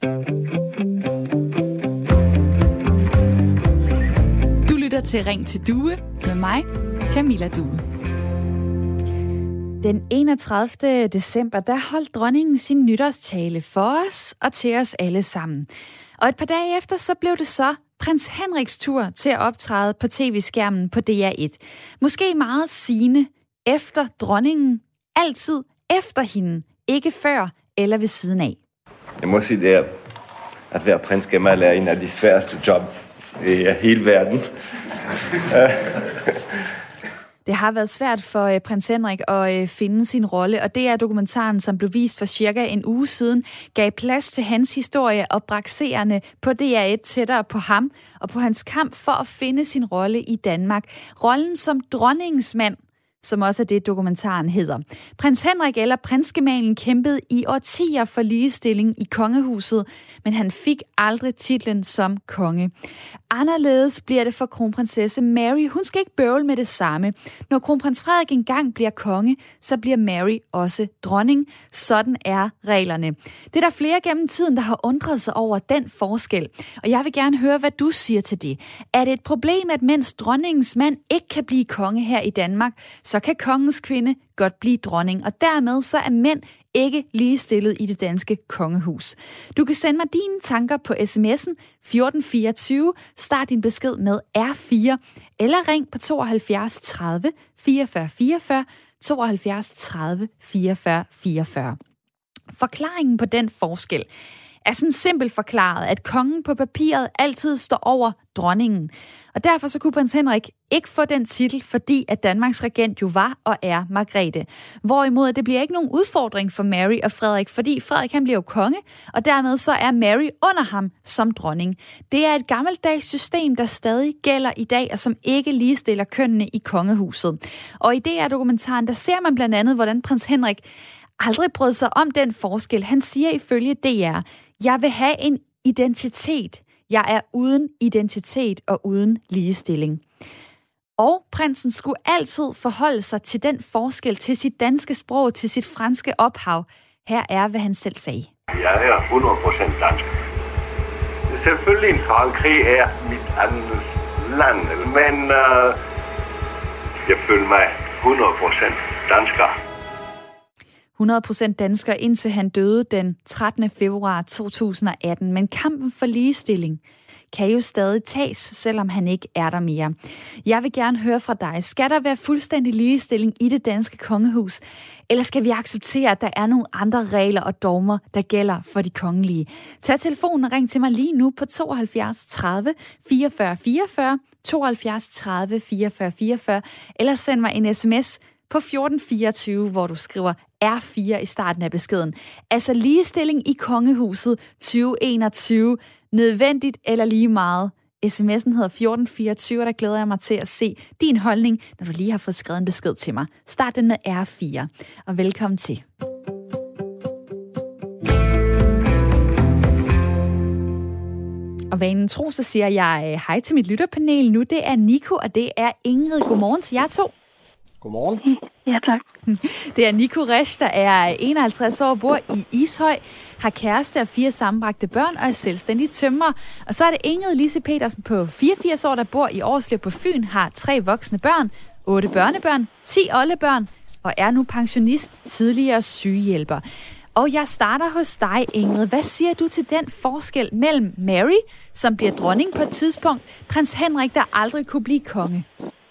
Du lytter til Ring til Due med mig, Camilla Due. Den 31. december, der holdt dronningen sin nytårstale for os og til os alle sammen. Og et par dage efter, så blev det så prins Henriks tur til at optræde på tv-skærmen på DR1. Måske meget sigende efter dronningen, altid efter hende, ikke før eller ved siden af. Jeg må sige, det er, at være prinsgemal er en af de sværeste job i hele verden. Det har været svært for prins Henrik at finde sin rolle, og det er dokumentaren, som blev vist for cirka en uge siden, gav plads til hans historie og bragte seerne på DR1 tættere på ham og på hans kamp for at finde sin rolle i Danmark. Rollen som dronningens mand, som også er det, dokumentaren hedder. Prins Henrik eller prinsgemalen kæmpede i årtier for ligestilling i kongehuset, men han fik aldrig titlen som konge. Anderledes bliver det for kronprinsesse Mary. Hun skal ikke bøvle med det samme. Når kronprins Frederik engang bliver konge, så bliver Mary også dronning. Sådan er reglerne. Det er der flere gennem tiden, der har undret sig over den forskel. Og jeg vil gerne høre, hvad du siger til det. Er det et problem, at mens dronningens mand ikke kan blive konge her i Danmark, så kan kongens kvinde godt blive dronning, og dermed så er mænd ikke ligestillet i det danske kongehus. Du kan sende mig dine tanker på sms'en 1424, start din besked med R4, eller ring på 72 30 44 44, 72 30 44 44. Forklaringen på den forskel er sådan simpelt forklaret, at kongen på papiret altid står over dronningen. Og derfor så kunne prins Henrik ikke få den titel, fordi at Danmarks regent jo var og er Margrethe. Hvorimod det bliver ikke nogen udfordring for Mary og Frederik, fordi Frederik han bliver jo konge, og dermed så er Mary under ham som dronning. Det er et gammeldags system, der stadig gælder i dag, og som ikke ligestiller kønnene i kongehuset. Og i DR-dokumentaren, der ser man blandt andet, hvordan prins Henrik aldrig brød sig om den forskel. Han siger ifølge DR, jeg vil have en identitet. Jeg er uden identitet og uden ligestilling. Og prinsen skulle altid forholde sig til den forskel, til sit danske sprog, til sit franske ophav. Her er, hvad han selv sagde. Jeg er 100% dansk. Selvfølgelig en Frankrig er mit andet land, men jeg føler mig 100% dansker. 100% dansker, indtil han døde den 13. februar 2018. Men kampen for ligestilling kan jo stadig tages, selvom han ikke er der mere. Jeg vil gerne høre fra dig. Skal der være fuldstændig ligestilling i det danske kongehus? Eller skal vi acceptere, at der er nogle andre regler og dogmer, der gælder for de kongelige? Tag telefonen og ring til mig lige nu på 72 30 44 44, 72 30 44 44, eller send mig en sms på 1424, hvor du skriver R4 i starten af beskeden. Altså ligestilling i kongehuset 2021. Nødvendigt eller lige meget. SMS'en hedder 1424, og der glæder jeg mig til at se din holdning, når du lige har fået skrevet en besked til mig. Start den med R4, og velkommen til. Og vanen tro, så siger jeg hej til mit lytterpanel nu. Det er Nico, og det er Ingrid. Godmorgen til jer to. Godmorgen. Ja, tak. Det er Nico Resch, der er 51 år, bor i Ishøj, har kæreste og 4 sammenbragte børn og er selvstændig tømrer. Og så er det Ingrid Lise Petersen på 84 år, der bor i Årslev på Fyn, har 3 voksne børn, 8 børnebørn, 10 oldebørn og er nu pensionist, tidligere sygehjælper. Og jeg starter hos dig, Ingrid. Hvad siger du til den forskel mellem Mary, som bliver dronning på et tidspunkt, prins Henrik, der aldrig kunne blive konge?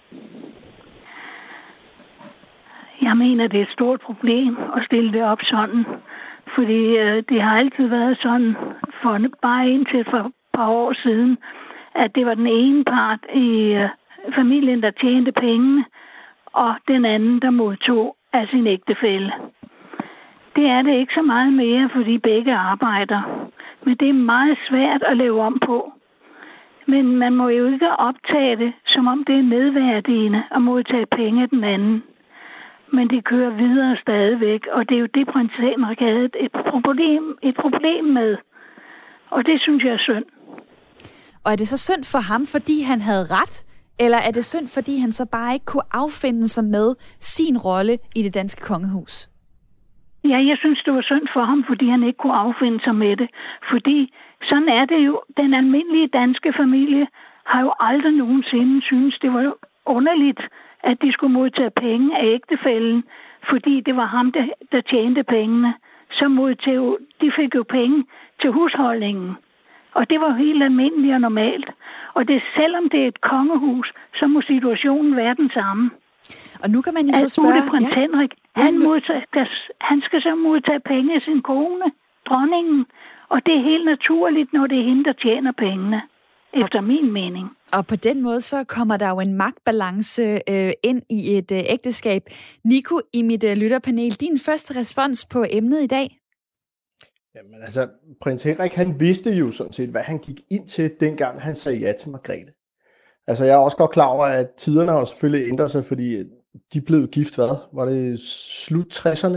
Jeg mener, det er et stort problem at stille det op sådan, fordi det har altid været sådan, for bare indtil for et par år siden, at det var den ene part i familien, der tjente penge, og den anden, der modtog af sin ægtefælle. Det er det ikke så meget mere, fordi begge arbejder, men det er meget svært at lave om på. Men man må jo ikke optage det, som om det er nedværdigende at modtage penge af den anden. Men det kører videre stadigvæk, og det er jo det, prins Henrik havde et problem med. Og det synes jeg er synd. Og er det så synd for ham, fordi han havde ret? Eller er det synd, fordi han så bare ikke kunne affinde sig med sin rolle i det danske kongehus? Ja, jeg synes, det var synd for ham, fordi han ikke kunne affinde sig med det. Fordi sådan er det jo. Den almindelige danske familie har jo aldrig nogensinde synes, det var underligt, at de skulle modtage penge af ægtefællen, fordi det var ham, der tjente pengene. Så de fik jo penge til husholdningen. Og det var helt almindeligt og normalt. Og selvom det er et kongehus, så må situationen være den samme. Og nu kan man jo så spørge... Altså, prins Henrik, han skal så modtage penge af sin kone, dronningen. Og det er helt naturligt, når det er hende, der tjener pengene, efter min mening. Og på den måde, så kommer der jo en magtbalance ind i et ægteskab. Nico, i mit lytterpanel, din første respons på emnet i dag? Jamen altså, prins Henrik, han vidste jo sådan set, hvad han gik ind til, dengang han sagde ja til Margrethe. Altså, jeg er også godt klar over, at tiderne har selvfølgelig ændret sig, fordi de blev gift, var det slut 60'erne?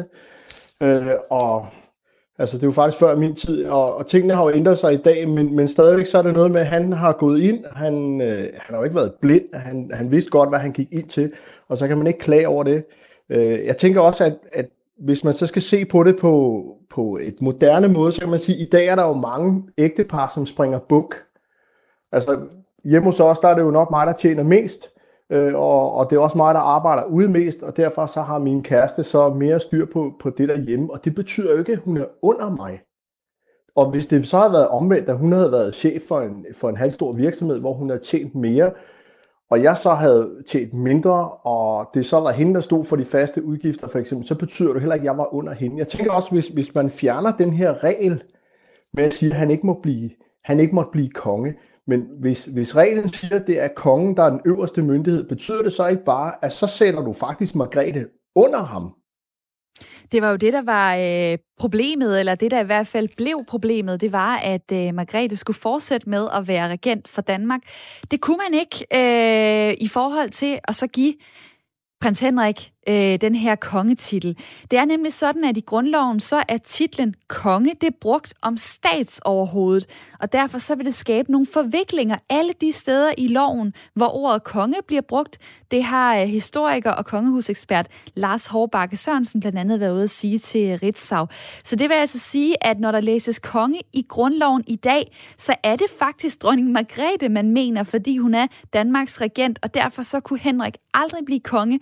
Og altså, det er jo faktisk før min tid, og tingene har jo ændret sig i dag, men stadigvæk så er det noget med, at han har gået ind, han har jo ikke været blind, han vidste godt, hvad han gik ind til, og så kan man ikke klage over det. Jeg tænker også, at hvis man så skal se på det på et moderne måde, så kan man sige, at i dag er der jo mange ægtepar, som springer buk. Altså hjemme hos os, der er det jo nok mig, der tjener mest, og det er også mig, der arbejder ude mest, og derfor så har min kæreste så mere styr på det derhjemme, og det betyder jo ikke, at hun er under mig. Og hvis det så havde været omvendt, at hun havde været chef for en halvstor virksomhed, hvor hun havde tjent mere, og jeg så havde tjent mindre, og det så var hende, der stod for de faste udgifter for eksempel, så betyder det heller ikke, at jeg var under hende. Jeg tænker også, hvis man fjerner den her regel med at sige, at han ikke måtte blive konge, men hvis reglen siger, at det er kongen, der er den øverste myndighed, betyder det så ikke bare, at så sætter du faktisk Margrethe under ham? Det var jo det, der var problemet, eller det, der i hvert fald blev problemet, det var, at Margrethe skulle fortsætte med at være regent for Danmark. Det kunne man ikke i forhold til at så give prins Henrik den her kongetitel. Det er nemlig sådan, at i grundloven så er titlen konge, det er brugt om statsoverhovedet, og derfor så vil det skabe nogle forviklinger alle de steder i loven, hvor ordet konge bliver brugt. Det har historiker og kongehusekspert Lars Hårbakke Sørensen blandt andet været ude at sige til Ritzau. Så det vil altså sige, at når der læses konge i grundloven i dag, så er det faktisk dronning Margrethe, man mener, fordi hun er Danmarks regent, og derfor så kunne Henrik aldrig blive konge.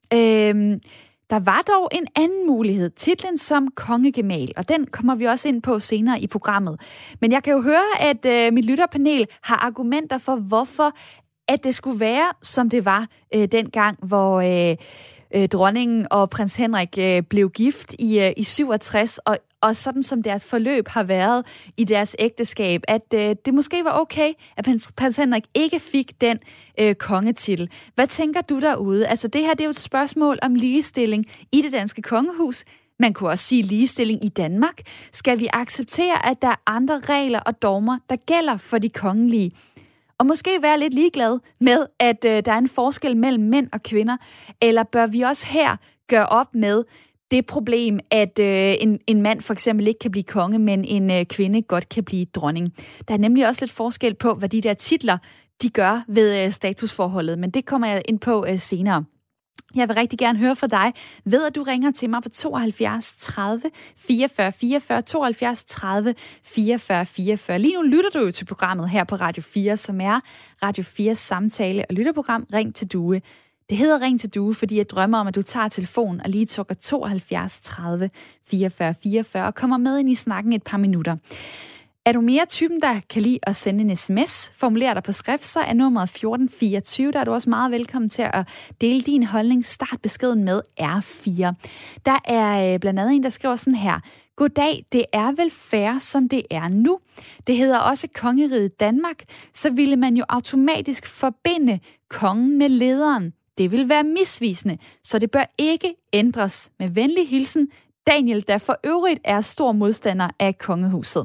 Der var dog en anden mulighed, titlen som kongegemal, og den kommer vi også ind på senere i programmet. Men jeg kan jo høre, at mit lytterpanel har argumenter for, hvorfor at det skulle være, som det var dengang, hvor dronningen og prins Henrik blev gift i 67, og sådan som deres forløb har været i deres ægteskab, at det måske var okay, at prins Henrik ikke fik den kongetitel. Hvad tænker du derude? Altså det her, det er jo et spørgsmål om ligestilling i det danske kongehus. Man kunne også sige ligestilling i Danmark. Skal vi acceptere, at der er andre regler og dogmer, der gælder for de kongelige? Og måske være lidt ligeglad med, at der er en forskel mellem mænd og kvinder. Eller bør vi også her gøre op med det problem, at en mand for eksempel ikke kan blive konge, men en kvinde godt kan blive dronning. Der er nemlig også lidt forskel på, hvad de der titler, de gør ved statusforholdet, men det kommer jeg ind på senere. Jeg vil rigtig gerne høre fra dig, ved at du ringer til mig på 72 30 44 44, 72 30 44 44. Lige nu lytter du jo til programmet her på Radio 4, som er Radio 4's samtale- og lytterprogram Ring til Due. Det hedder Ring til Due, fordi jeg drømmer om, at du tager telefonen og lige tukker 72 30 44 44 og kommer med ind i snakken et par minutter. Er du mere typen, der kan lide at sende en sms, formulere dig på skrift, så er nummeret 1424. Der er du også meget velkommen til at dele din holdning. Start beskeden med R4. Der er blandt andet en, der skriver sådan her. Goddag, det er vel fair, som det er nu. Det hedder også Kongeriget Danmark, så ville man jo automatisk forbinde kongen med lederen. Det vil være misvisende, så det bør ikke ændres. Med venlig hilsen, Daniel, der for øvrigt er stor modstander af kongehuset.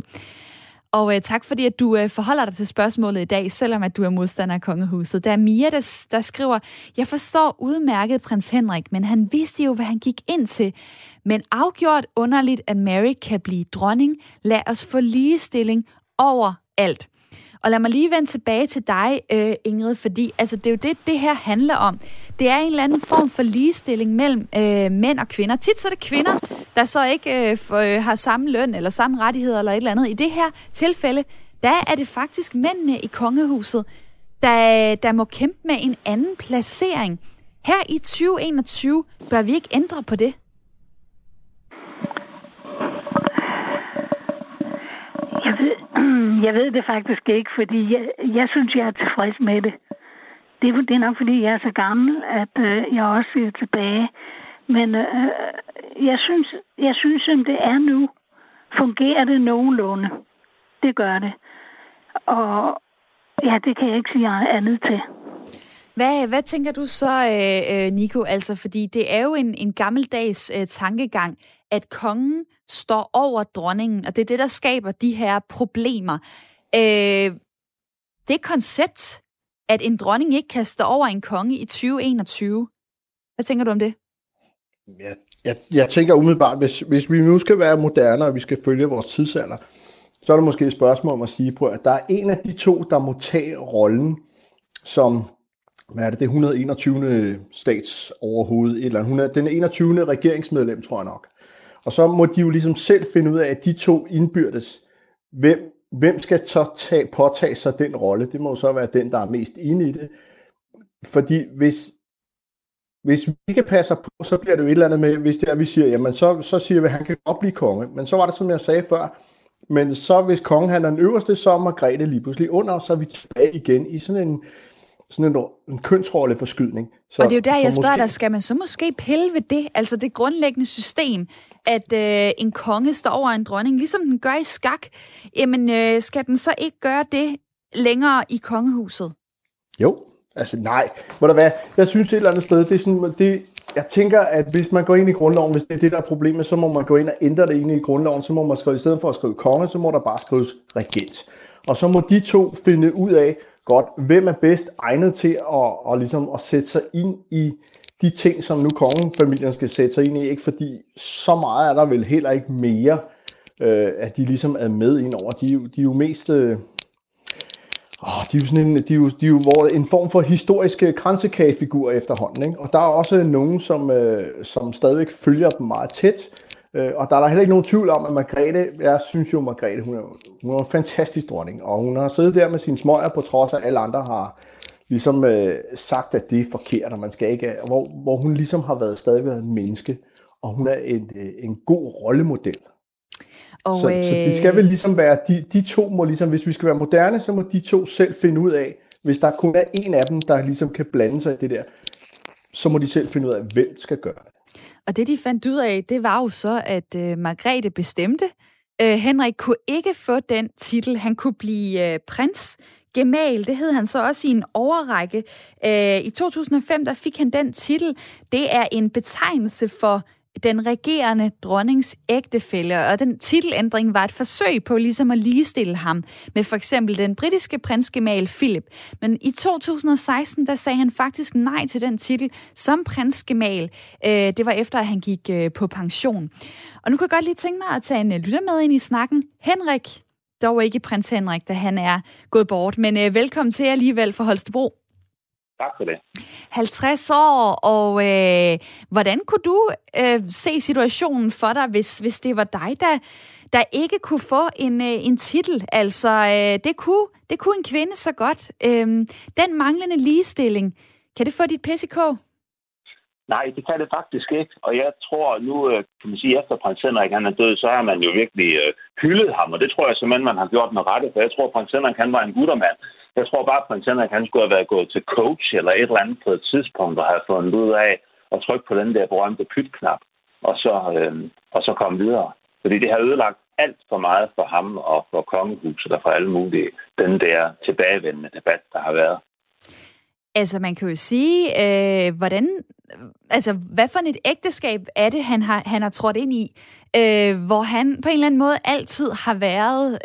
Og tak fordi, at du forholder dig til spørgsmålet i dag, selvom at du er modstander af kongehuset. Der er Mia, der skriver, jeg forstår udmærket prins Henrik, men han vidste jo, hvad han gik ind til. Men afgjort underligt, at Mary kan blive dronning. Lad os få ligestilling overalt. Og lad mig lige vende tilbage til dig, Ingrid, fordi altså, det er jo det her handler om. Det er en eller anden form for ligestilling mellem mænd og kvinder. Tit så er det kvinder, der så ikke har samme løn eller samme rettigheder eller et eller andet. I det her tilfælde, der er det faktisk mændene i kongehuset, der må kæmpe med en anden placering. Her i 2021 bør vi ikke ændre på det. Jeg ved det faktisk ikke, fordi jeg synes, jeg er tilfreds med det. Det er nok, fordi jeg er så gammel, at jeg også ser tilbage. Men jeg synes, som det er nu, fungerer det nogenlunde. Det gør det. Og ja, det kan jeg ikke sige andet til. Hvad tænker du så, Nico? Altså, fordi det er jo en gammeldags tankegang, at kongen står over dronningen, og det er det, der skaber de her problemer. Det koncept, at en dronning ikke kan stå over en konge i 2021. Hvad tænker du om det? Jeg tænker umiddelbart, hvis vi nu skal være moderne, og vi skal følge vores tidsalder, så er der måske et spørgsmål om at sige på, at der er en af de to, der må tage rollen som, hvad er det 121. statsoverhoved, eller den 21. regeringsmedlem, tror jeg nok. Og så må de jo ligesom selv finde ud af, at de to indbyrdes, hvem skal så påtage sig den rolle? Det må så være den, der er mest inde i det. Fordi hvis vi ikke passer på, så bliver det jo et eller andet med, hvis det er, vi siger, jamen så siger vi, at han kan godt blive konge. Men så var det, som jeg sagde før, men så hvis kongen han er den øverste, så er Margrethe lige pludselig under, så er vi tilbage igen i sådan en kønsrolleforskydning. Så, og det er jo der, jeg spørger dig, skal man så måske pille ved det, altså det grundlæggende system, at en konge står over en dronning, ligesom den gør i skak, jamen skal den så ikke gøre det længere i kongehuset? Jo, altså nej. Må der være, jeg synes et eller andet sted, det er sådan, jeg tænker, at hvis man går ind i grundloven, hvis det er det, der er problemet, så må man gå ind og ændre det ind i grundloven, så må man skrive, i stedet for at skrive konge, så må der bare skrives regent. Og så må de to finde ud af, godt, hvem er bedst egnet til at sætte sig ind i de ting, som nu kongefamilien skal sætte sig ind i, ikke fordi så meget er der vel heller ikke mere, at de ligesom er med ind over. De er jo mest... de er jo en form for historiske kransekagefigur efterhånden, ikke? Og der er også nogen, som stadigvæk følger dem meget tæt. Og der er heller ikke nogen tvivl om, at Margrethe, jeg synes jo, Margrethe, hun er en fantastisk dronning. Og hun har siddet der med sine smøger, på trods af, at alle andre har ligesom sagt, at det er forkert, og man skal ikke... Hvor hun ligesom har stadig været en menneske, og hun er en god rollemodel. Så det skal vel ligesom være, de to må ligesom, hvis vi skal være moderne, så må de to selv finde ud af, hvis der kun er en af dem, der ligesom kan blande sig i det der, så må de selv finde ud af, hvem skal gøre det. Og det, de fandt ud af, det var jo så, at Margrethe bestemte. Henrik kunne ikke få den titel. Han kunne blive prins. Gemal, det hed han så også i en årrække. I 2005, der fik han den titel. Det er en betegnelse for den regerende dronnings ægtefælle, og den titelændring var et forsøg på ligesom at ligestille ham med for eksempel den britiske prins Gemal Philip. Men i 2016, der sagde han faktisk nej til den titel som prins Gemal. Det var efter, at han gik på pension. Og nu kan jeg godt lige tænke mig at tage en lytter med ind i snakken. Henrik, dog ikke prins Henrik, da han er gået bort, men velkommen til alligevel fra Holstebro. Tak for det. 50 år, og hvordan kunne du se situationen for dig, hvis det var dig, der ikke kunne få en titel? Altså, det kunne en kvinde så godt. Den manglende ligestilling, kan det få dit pis i kog? Nej, det kan det faktisk ikke. Og jeg tror nu, kan man sige, efter prins Henrik han er død, så har man jo virkelig hyldet ham. Og det tror jeg simpelthen, man har gjort med rette. For jeg tror, prins Henrik han var en guttermand. Jeg tror bare, at prins Henrik han skulle have været gået til coach eller et eller andet på et tidspunkt og have fundet ud af at trykke på den der berømte pytknap og så komme videre. Fordi det har ødelagt alt for meget for ham og for kongehuset og for alle mulige den der tilbagevendende debat, der har været. Altså, man kan jo sige, hvad for et ægteskab er det, han har trådt ind i, hvor han på en eller anden måde altid har været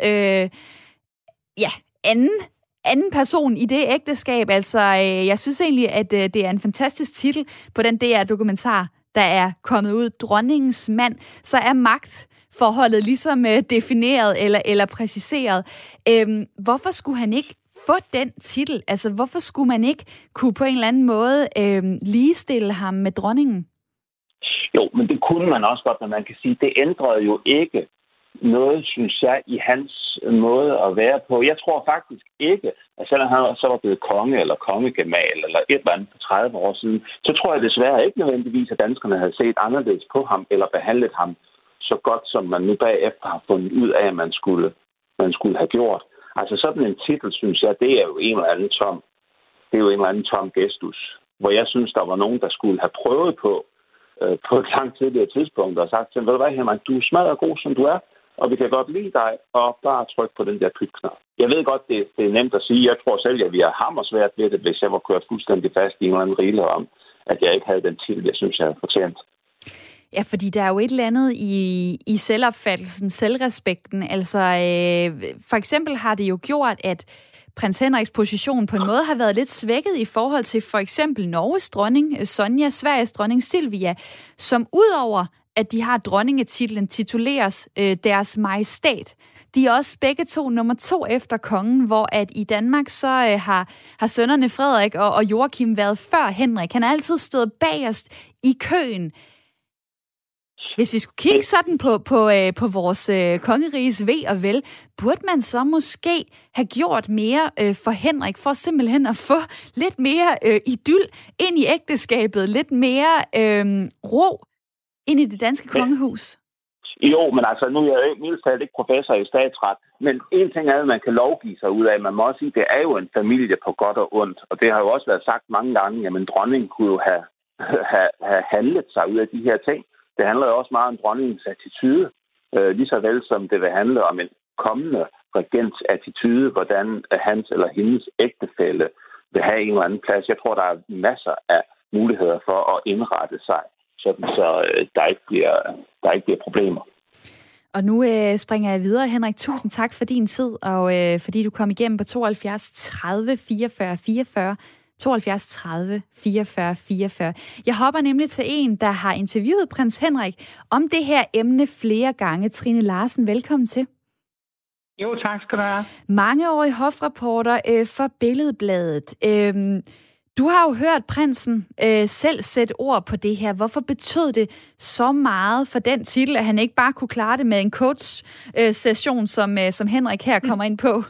anden person i det ægteskab. Altså, jeg synes egentlig, at det er en fantastisk titel på den DR-dokumentar, der er kommet ud, Dronningens mand. Så er magt forholdet ligesom defineret eller præciseret. Hvorfor skulle han ikke få den titel? Altså, hvorfor skulle man ikke kunne på en eller anden måde ligestille ham med dronningen? Jo, men det kunne man også godt, men man kan sige, det ændrede jo ikke noget, synes jeg, i hans måde at være på. Jeg tror faktisk ikke, at selvom han så var blevet konge eller kongegemal eller et eller andet for 30 år siden, så tror jeg desværre ikke nødvendigvis, at danskerne havde set anderledes på ham eller behandlet ham så godt, som man nu bagefter har fundet ud af, at man skulle have gjort. Altså sådan en titel, synes jeg, det er jo en eller anden tom gestus, hvor jeg synes, der var nogen, der skulle have prøvet på et langt tidligere tidspunkt og sagt til, ved du hvad, Henrik, du er smadret god, som du er, og vi kan godt lide dig, og bare trykke på den der pytknap. Jeg ved godt, det er nemt at sige. Jeg tror selv, at vi har hammersvært ved det, hvis jeg var kørt fuldstændig fast i en eller anden regel om, at jeg ikke havde den titel, jeg synes, jeg havde fortjent. Ja, fordi der er jo et eller andet i selvopfattelsen, selvrespekten. Altså, for eksempel har det jo gjort, at prins Henriks position på en måde har været lidt svækket i forhold til for eksempel Norges dronning Sonja, Sveriges dronning Silvia, som udover at de har dronningetitlen, tituleres deres majestæt. De er også begge to nummer 2 efter kongen, hvor at i Danmark så har sønnerne Frederik og Joachim været før Henrik. Han har altid stået bagerst i køen. Hvis vi skulle kigge sådan på vores kongeriges ve og vel, burde man så måske have gjort mere for Henrik, for simpelthen at få lidt mere idyl ind i ægteskabet, lidt mere ro ind i det danske kongehus? Jo, men altså, nu er jeg mildest talt ikke professor i statsret, men en ting er, at man kan lovgive sig ud af. Man må også sige, at det er jo en familie på godt og ondt, og det har jo også været sagt mange gange, at dronningen kunne jo have handlet sig ud af de her ting. Det handler jo også meget om dronningens attitude, lige så vel som det vil handle om en kommende regents attitude, hvordan hans eller hendes ægtefælle vil have en eller anden plads. Jeg tror, der er masser af muligheder for at indrette sig, så der ikke bliver problemer. Og nu springer jeg videre, Henrik. Tusind tak for din tid, og fordi du kom igennem på 72 30 44 44. 72 30 44 44. Jeg hopper nemlig til en, der har interviewet prins Henrik om det her emne flere gange. Trine Larsen, velkommen til. Jo, tak skal du have. Mangeårig hofreporter for Billedbladet. Du har jo hørt prinsen selv sætte ord på det her. Hvorfor betød det så meget for den titel, at han ikke bare kunne klare det med en coach-session, som Henrik her kommer ind på?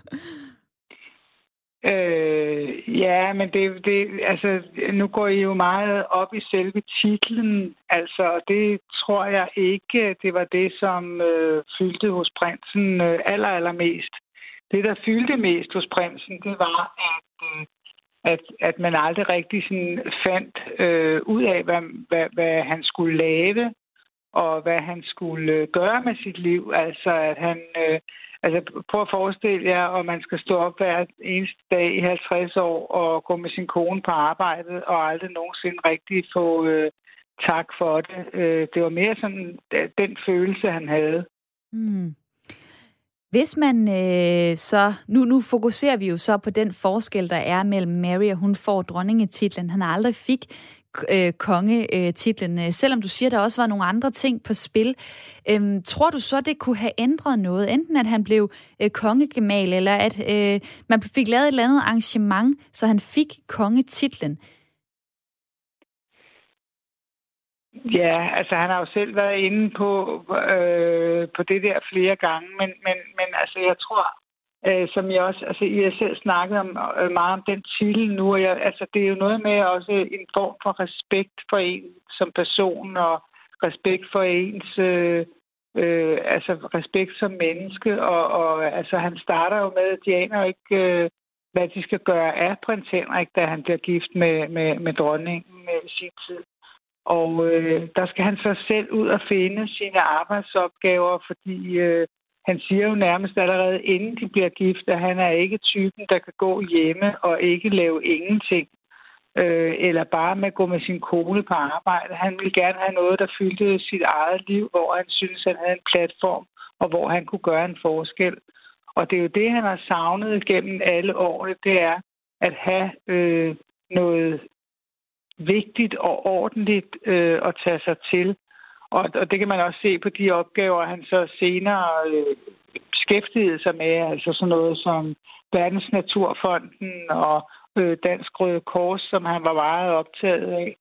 Ja, men altså, nu går I jo meget op i selve titlen, altså, det tror jeg ikke, det var det, som fyldte hos prinsen allermest. Det, der fyldte mest hos prinsen, det var, at man aldrig rigtig sådan fandt ud af, hvad han skulle lave, og hvad han skulle gøre med sit liv. Altså, at han... prøv at forestille jer, at man skal stå op hver eneste dag i 50 år og gå med sin kone på arbejdet og aldrig nogensinde rigtig få tak for det. Det var mere sådan den følelse, han havde. Mm. Hvis man så... Nu fokuserer vi jo så på den forskel, der er mellem Mary og hun får dronningetitlen. Han aldrig fik kongetitlen, selvom du siger, der også var nogle andre ting på spil. Tror du så, det kunne have ændret noget? Enten at han blev kongegemal, eller at man fik lavet et eller andet arrangement, så han fik kongetitlen? Ja, altså han har jo selv været inde på det der flere gange, men altså jeg tror, som jeg også, altså I har selv snakket om meget om den titel nu, og det er jo noget med også en form for respekt for en som person, og respekt for ens, respekt som menneske, og altså han starter jo med, at de aner jo ikke, hvad de skal gøre af prins Henrik, da han bliver gift med dronningen i sin tid. Og der skal han så selv ud og finde sine arbejdsopgaver, fordi han siger jo nærmest allerede inden de bliver gift, at han er ikke typen, der kan gå hjemme og ikke lave ingenting. Eller bare med at gå med sin kone på arbejde. Han ville gerne have noget, der fyldte sit eget liv, hvor han synes, han havde en platform, og hvor han kunne gøre en forskel. Og det er jo det, han har savnet gennem alle årene, det er at have noget vigtigt og ordentligt at tage sig til. Og det kan man også se på de opgaver, han så senere beskæftigede sig med, altså sådan noget som Verdensnaturfonden og Dansk Røde Kors, som han var meget optaget af.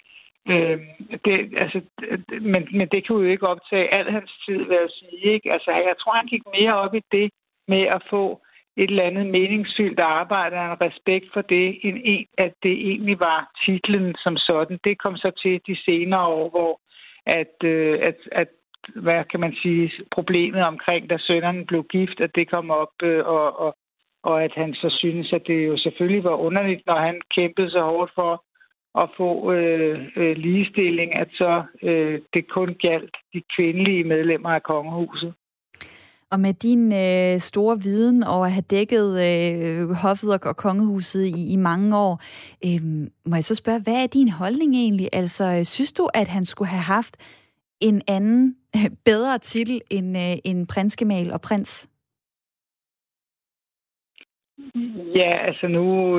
Men det kan jo ikke optage al hans tid, vil jeg sige. Ikke? Altså, jeg tror, han gik mere op i det med at få et eller andet meningsfyldt arbejde og en respekt for det, end at det egentlig var titlen som sådan. Det kom så til de senere år, hvor at hvad kan man sige, problemet omkring, da sønnerne blev gift, at det kom op, og at han så synes, at det jo selvfølgelig var underligt, når han kæmpede så hårdt for at få ligestilling, at så det kun gjaldt de kvindelige medlemmer af kongehuset. Og med din store viden og at have dækket hoffet og kongehuset i mange år, må jeg så spørge, hvad er din holdning egentlig? Altså, synes du, at han skulle have haft en anden, bedre titel end prinsgemal og prins? Ja, altså nu...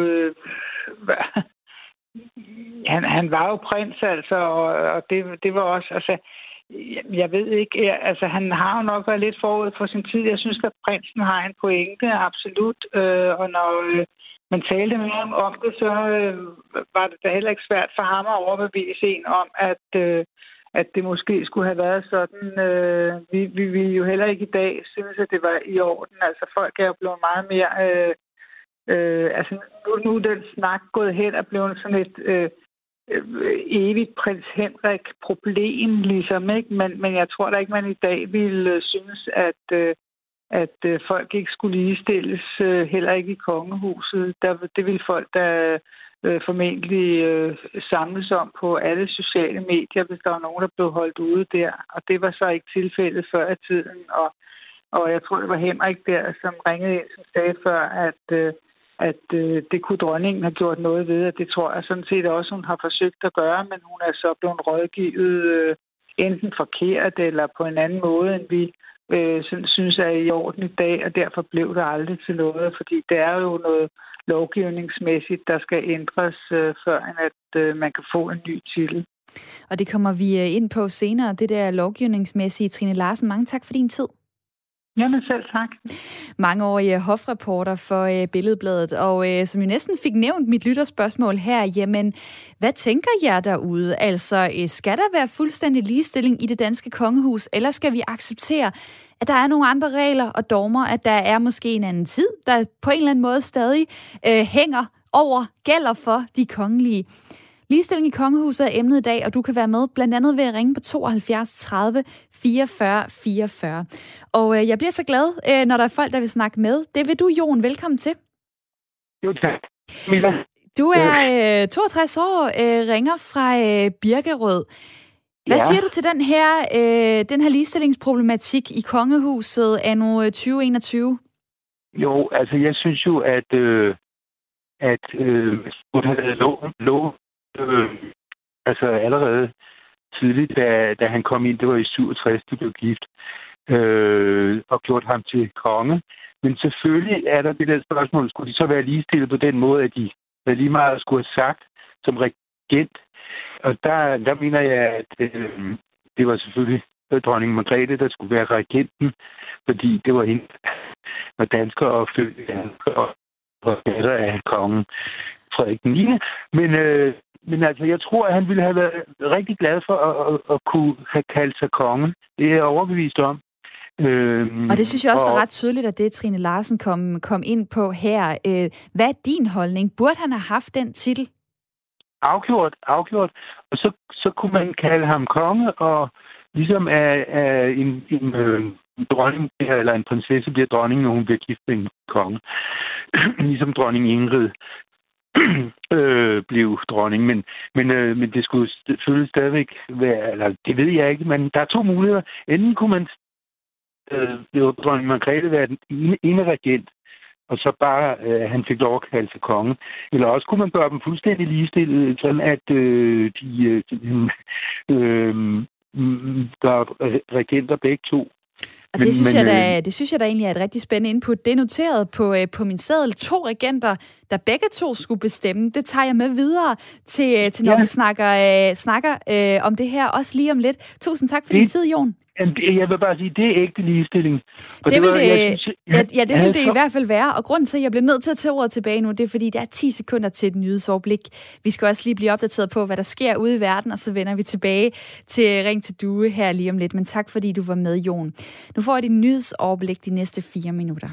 Han var jo prins, altså, og det var også... Altså, jeg ved ikke, altså han har jo nok været lidt forud for sin tid. Jeg synes, at prinsen har en pointe, absolut. Og når man talte med ham om det, så var det da heller ikke svært for ham at overbevise en om, at det måske skulle have været sådan. Vi jo heller ikke i dag synes, at det var i orden. Altså folk er jo blevet meget mere... altså nu er den snak gået hen og blevet sådan et... evigt prins Henrik-problem, ligesom, ikke? Men jeg tror da ikke, man i dag ville synes, at folk ikke skulle ligestilles, heller ikke i kongehuset. Det ville folk da formentlig samles om på alle sociale medier, hvis der var nogen, der blev holdt ude der. Og det var så ikke tilfældet før i tiden. Og jeg tror, det var Henrik der, som ringede ind, som sagde før, at det kunne dronningen have gjort noget ved, og det tror jeg sådan set også, hun har forsøgt at gøre, men hun er så blevet rådgivet enten forkert eller på en anden måde, end vi synes er i orden i dag, og derfor blev det aldrig til noget, fordi det er jo noget lovgivningsmæssigt, der skal ændres, før at man kan få en ny titel. Og det kommer vi ind på senere, det der lovgivningsmæssige. Trine Larsen, mange tak for din tid. Jamen selv tak. Mangeårig hofreporter for Billedbladet, og som jo næsten fik nævnt mit lytterspørgsmål her, jamen, hvad tænker jer derude? Altså, skal der være fuldstændig ligestilling i det danske kongehus, eller skal vi acceptere, at der er nogle andre regler og dogmer, at der er måske en anden tid, der på en eller anden måde stadig gælder for de kongelige? Ligestilling i kongehuset er emnet i dag, og du kan være med blandt andet ved at ringe på 72 30 44 44. Og jeg bliver så glad, når der er folk, der vil snakke med. Det vil du, Jon. Velkommen til. Jo, tak. Mila. Du er 62 år, ringer fra Birkerød. Hvad siger du til den her ligestillingsproblematik i kongehuset anno 2021? Jo, altså jeg synes jo, at skulle have været lov altså allerede tidligt, da han kom ind, det var i 67, de blev gift, og gjort ham til konge. Men selvfølgelig er der det der spørgsmål, skulle de så være ligestillet på den måde, at de lige meget skulle have sagt som regent. Og der mener jeg, at det var selvfølgelig dronning Margrethe, der skulle være regenten, fordi det var hende, var dansker og født dansker og datter af kongen Frederik 9. Men altså, jeg tror, at han ville have været rigtig glad for at kunne have kaldt sig kongen. Det er jeg overbevist om. Og det synes jeg også var ret tydeligt, at det Trine Larsen kom ind på her. Hvad er din holdning? Burde han have haft den titel? Afgjort. Og så kunne man kalde ham konge, og ligesom en dronning eller en prinsesse bliver dronning, når hun bliver gift med en konge. Ligesom dronning Ingrid blev dronning, men det skulle selvfølgelig stadigvæk være, eller det ved jeg ikke, men der er to muligheder. Enten kunne man dronning Margrethe være den ene regent, og så bare han fik lov at kalde sig konge. Eller også kunne man gøre dem fuldstændig ligestillet, sådan at der er regenter begge to. Og det synes jeg da egentlig er et rigtig spændende input. Det er noteret på min seddel 2 regenter, der begge to skulle bestemme. Det tager jeg med videre til når vi snakker om det her, også lige om lidt. Tusind tak for din tid, Jon. Jeg vil bare sige, det er ægte ligestilling. Det vil det i hvert fald være. Og grunden til, at jeg bliver nødt til at tage ordet tilbage nu, det er, fordi der er 10 sekunder til et nyhedsoverblik. Vi skal også lige blive opdateret på, hvad der sker ude i verden, og så vender vi tilbage til Ring til Due her lige om lidt. Men tak, fordi du var med, Jon. Nu får jeg dit nyhedsoverblik de næste 4 minutter.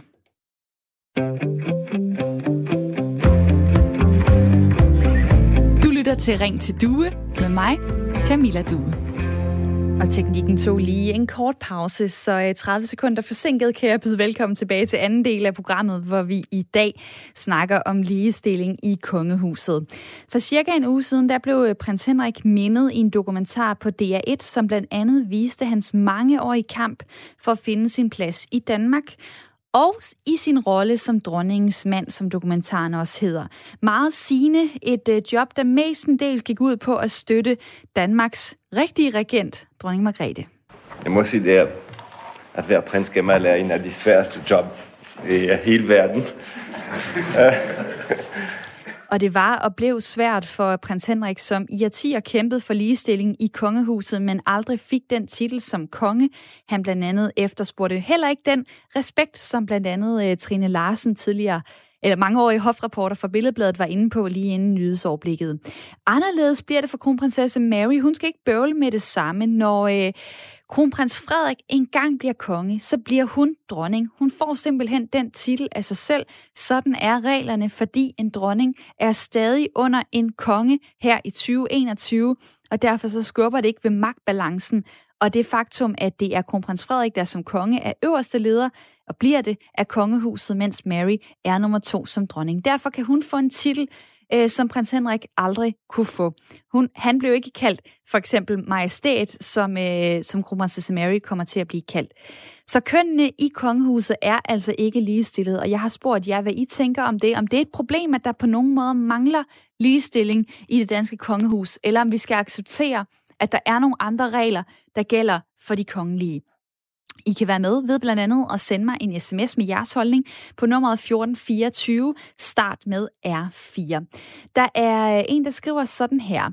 Du lytter til Ring til Due med mig, Camilla Due. Og teknikken tog lige en kort pause, så 30 sekunder forsinket kan jeg byde velkommen tilbage til anden del af programmet, hvor vi i dag snakker om ligestilling i kongehuset. For cirka en uge siden, der blev prins Henrik mindet i en dokumentar på DR1, som blandt andet viste hans mangeårige kamp for at finde sin plads i Danmark, og i sin rolle som dronningens mand, som dokumentaren også hedder. Meget sigende et job, der mestendels gik ud på at støtte Danmarks rigtige regent, dronning Margrethe. Jeg må sige, det at være prins Gamal er en af de sværeste job i hele verden. Og det var og blev svært for prins Henrik, som i årtier kæmpede for ligestilling i kongehuset, men aldrig fik den titel som konge. Han blandt andet efterspurgte heller ikke den respekt, som blandt andet Trine Larsen tidligere, eller mangeårige hofreporter for Billedbladet var inde på lige inden nyhedsoverblikket. Anderledes bliver det for kronprinsesse Mary. Hun skal ikke bøvle med det samme, når kronprins Frederik engang bliver konge, så bliver hun dronning. Hun får simpelthen den titel af sig selv. Sådan er reglerne, fordi en dronning er stadig under en konge her i 2021, og derfor så skubber det ikke ved magtbalancen. Og det faktum, at det er kronprins Frederik, der som konge er øverste leder, og bliver det af kongehuset, mens Mary er nummer 2 som dronning. Derfor kan hun få en titel, som prins Henrik aldrig kunne få. Han blev ikke kaldt for eksempel majestæt, som kronprinsesse Mary kommer til at blive kaldt. Så kønnene i kongehuset er altså ikke ligestillet, og jeg har spurgt jer, hvad I tænker om det. Om det er et problem, at der på nogen måde mangler ligestilling i det danske kongehus, eller om vi skal acceptere, at der er nogle andre regler, der gælder for de kongelige. I kan være med ved blandt andet at sende mig en sms med jeres holdning på nummeret 1424, start med R4. Der er en, der skriver sådan her.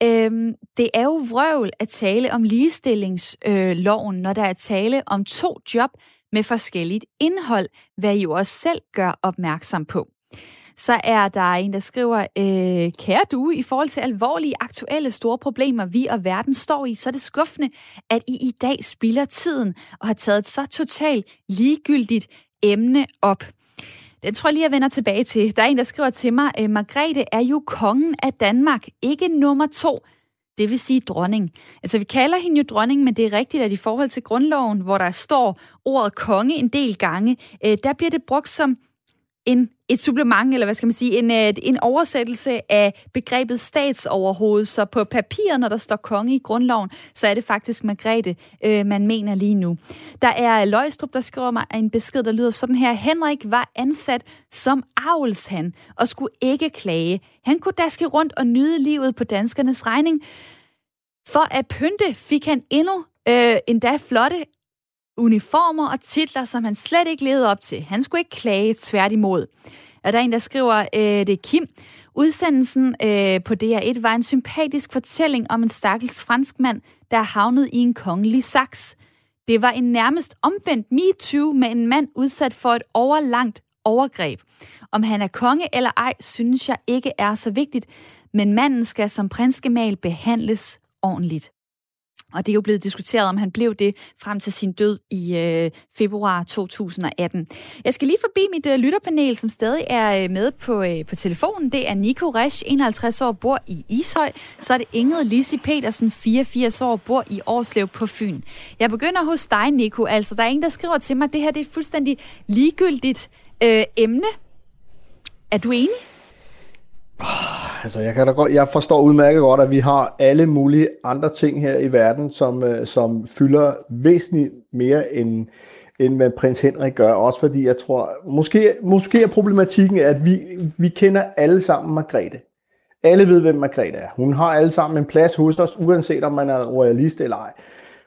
Det er jo vrøvl at tale om ligestillingsloven, når der er tale om 2 job med forskelligt indhold, hvad I jo også selv gør opmærksom på. Så er der en, der skriver, kære Due, i forhold til alvorlige, aktuelle, store problemer, vi og verden står i, så er det skuffende, at I dag spilder tiden og har taget et så totalt ligegyldigt emne op. Den tror jeg lige, jeg vender tilbage til. Der er en, der skriver til mig, Margrethe er jo kongen af Danmark, ikke nummer 2. Det vil sige dronning. Altså, vi kalder hende jo dronning, men det er rigtigt, at i forhold til grundloven, hvor der står ordet konge en del gange, der bliver det brugt som et supplement, eller hvad skal man sige, en oversættelse af begrebet statsoverhoved. Så på papiret, når der står konge i grundloven, så er det faktisk Margrethe, man mener lige nu. Der er Løgstrup, der skriver mig en besked, der lyder sådan her. Henrik var ansat som avlshan og skulle ikke klage. Han kunne daske rundt og nyde livet på danskernes regning. For at pynte fik han endda flotte uniformer og titler, som han slet ikke levede op til. Han skulle ikke klage, tværtimod. Og der er en, der skriver, det er Kim. Udsendelsen på DR1 var en sympatisk fortælling om en stakkels franskmand, der er havnet i en kongelig saks. Det var en nærmest omvendt MeToo med en mand udsat for et overlangt overgreb. Om han er konge eller ej, synes jeg ikke er så vigtigt, men manden skal som prinsgemal behandles ordentligt. Og det er jo blevet diskuteret, om han blev det frem til sin død i februar 2018. Jeg skal lige forbi mit lytterpanel, som stadig er med på telefonen. Det er Nico Resch, 51 år, bor i Ishøj. Så er det Ingrid Lisi Petersen, 84 år, bor i Årslev på Fyn. Jeg begynder hos dig, Nico. Altså, der er en, der skriver til mig, at det her det er et fuldstændig ligegyldigt emne. Er du enig? Altså, jeg forstår udmærket godt, at vi har alle mulige andre ting her i verden, som fylder væsentligt mere end hvad prins Henrik gør. Også fordi jeg tror, måske er problematikken, at vi kender alle sammen Margrethe. Alle ved, hvem Margrethe er. Hun har alle sammen en plads hos os, uanset om man er royalist eller ej.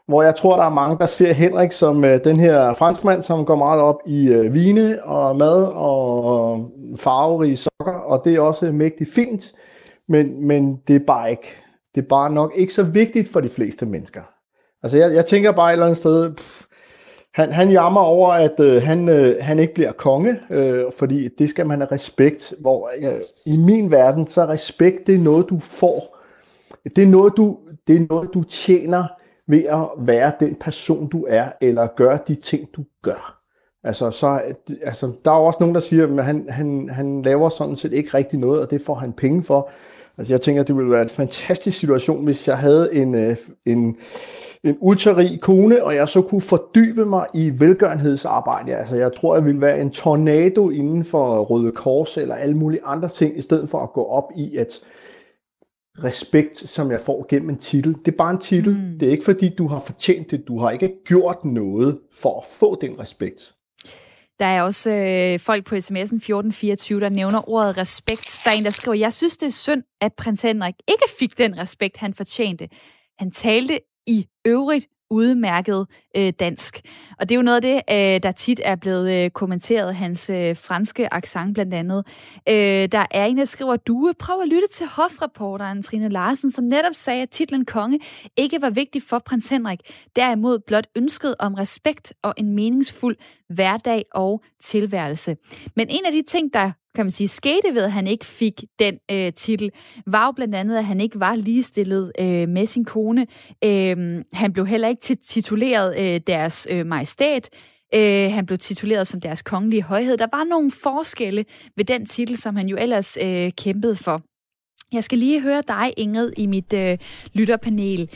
hvor jeg tror, der er mange, der ser Henrik som den her franskmand, som går meget op i vine og mad og farverige sokker, og det er også mægtigt fint, men det er bare ikke. Det er bare nok ikke så vigtigt for de fleste mennesker. Altså jeg tænker bare et eller andet sted, han jammer over, at han ikke bliver konge, fordi det skal man have respekt. Hvor i min verden, så respekt, det er noget, du får. Det er noget, du tjener ved at være den person, du er, eller gøre de ting, du gør. Altså, der er også nogen, der siger, at han laver sådan set ikke rigtig noget, og det får han penge for. Altså, jeg tænker, det ville være en fantastisk situation, hvis jeg havde en ultrarig kone, og jeg så kunne fordybe mig i velgørenhedsarbejde. Altså, jeg tror, jeg ville være en tornado inden for Røde Kors, eller alle mulige andre ting, i stedet for at gå op i et respekt, som jeg får gennem en titel. Det er bare en titel. Det er ikke, fordi du har fortjent det. Du har ikke gjort noget for at få den respekt. Der er også folk på sms'en 1424, der nævner ordet respekt. Der er en, der skriver, jeg synes, det er synd, at prins Henrik ikke fik den respekt, han fortjente. Han talte i øvrigt udmærket dansk. Og det er jo noget af det, der tit er blevet kommenteret, hans franske accent blandt andet. Der er en, der skriver, prøv at lytte til hofreporteren Trine Larsen, som netop sagde, at titlen konge ikke var vigtig for prins Henrik. Derimod blot ønsket om respekt og en meningsfuld hverdag og tilværelse. Men en af de ting, der kan man sige, skete ved, at han ikke fik den titel, var jo blandt andet, at han ikke var ligestillet med sin kone. Han blev heller ikke tituleret deres majestæt. Han blev tituleret som deres kongelige højhed. Der var nogle forskelle ved den titel, som han jo ellers kæmpede for. Jeg skal lige høre dig, Ingrid, i mit lytterpanel.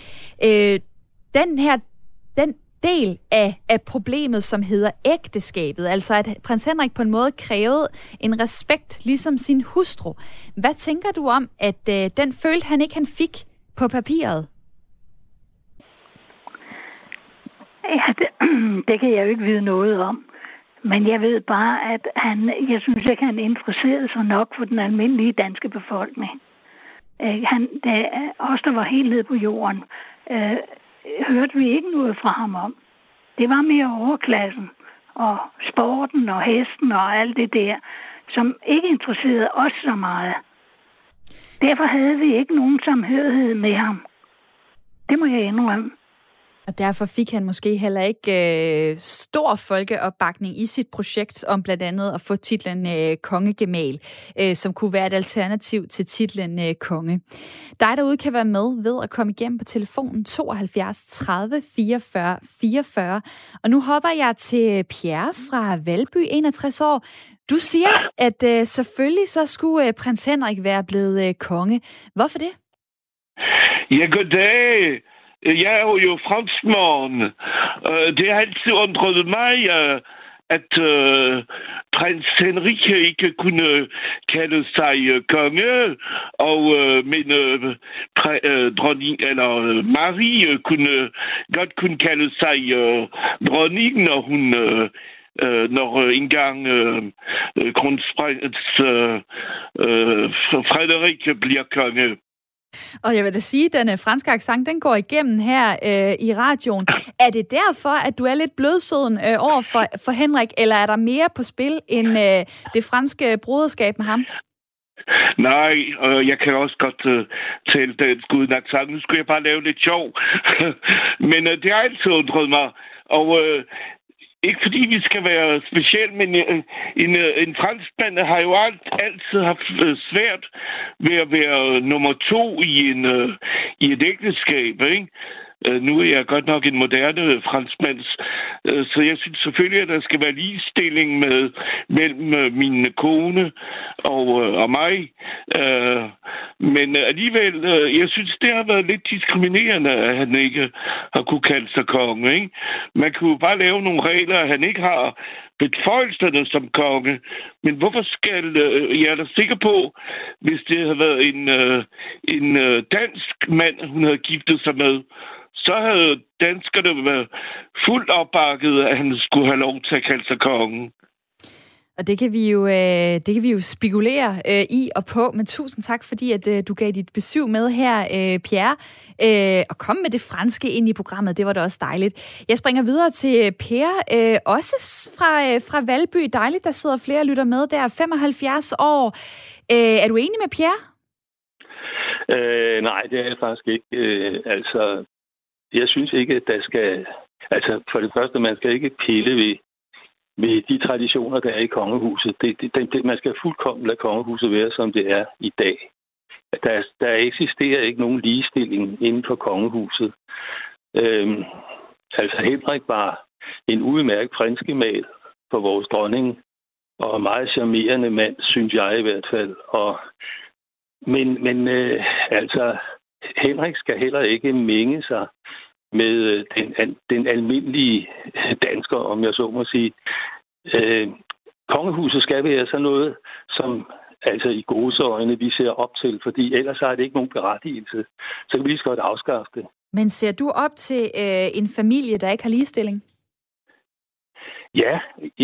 Den del af problemet, som hedder ægteskabet, altså at prins Henrik på en måde krævede en respekt, ligesom sin hustru. Hvad tænker du om, at den følte han ikke, han fik på papiret? Ja, det kan jeg jo ikke vide noget om. Men jeg ved bare, at jeg synes ikke, han interesserede sig nok for den almindelige danske befolkning. Os, der var helt nede på jorden, hørte vi ikke noget fra ham om. Det var mere overklassen og sporten og hesten og alt det der, som ikke interesserede os så meget. Derfor havde vi ikke nogen samhørighed med ham. Det må jeg indrømme. Og derfor fik han måske heller ikke stor folkeopbakning i sit projekt om blandt andet at få titlen kongegemal, som kunne være et alternativ til titlen konge. Dig derude kan være med ved at komme igennem på telefonen 72 30 44 44. Og nu hopper jeg til Pierre fra Valby, 61 år. Du siger, at selvfølgelig så skulle prins Henrik være blevet konge. Hvorfor det? Ja, goddag. Jeg er jo franskmand. Det har altid undret mig, at prins Henrik ikke kunne kalde sig konge, og dronning eller Marie godt kunne kalde sig dronning, når engang kronprins Frederik bliver konge. Og jeg vil da sige, at den franske accent, den går igennem her i radioen. Er det derfor, at du er lidt blødsøden over for Henrik, eller er der mere på spil end det franske broderskab med ham? Nej, jeg kan også godt tale dansk uden accent. Nu skulle jeg bare lave lidt sjov. Men det har altid undret mig. Og ikke fordi vi skal være specielt, men en franskmand har jo altid haft svært ved at være nummer 2 i et ægteskab, ikke? Nu er jeg godt nok en moderne franskmand, så jeg synes selvfølgelig, at der skal være ligestilling mellem min kone og mig. Men alligevel, jeg synes, det har været lidt diskriminerende, at han ikke har kunne kalde sig konge. Ikke? Man kunne jo bare lave nogle regler, at han ikke har beføjelserne som konge. Men hvorfor skal jeg er da sikker på, hvis det havde været en dansk mand, hun havde giftet sig med, så havde danskerne været fuldt opbakket, at han skulle have lov til at kalde sig kongen. Og det kan vi jo spekulere i og på, men tusind tak, fordi at du gav dit besøg med her, Pierre, og kom med det franske ind i programmet. Det var da også dejligt. Jeg springer videre til Per, også fra Valby. Dejligt, der sidder flere og lytter med der. 75 år. Er du enig med Pierre? Nej, det er jeg faktisk ikke. Jeg synes ikke, at der skal... Altså, for det første, man skal ikke pille ved de traditioner, der er i kongehuset. Man skal fuldkommen lade kongehuset være, som det er i dag. Der eksisterer ikke nogen ligestilling inden for kongehuset. Henrik var en udmærket prinsgemal for vores dronning, og meget charmerende mand, synes jeg i hvert fald. Men Henrik skal heller ikke menge sig med den almindelige dansker, om jeg så må sige. Kongehuset skal være sådan noget, som altså i gåseøjne vi ser op til, fordi ellers er det ikke nogen berettigelse. Så kan vi lige så godt afskaffe det. Men ser du op til en familie, der ikke har ligestilling? Ja,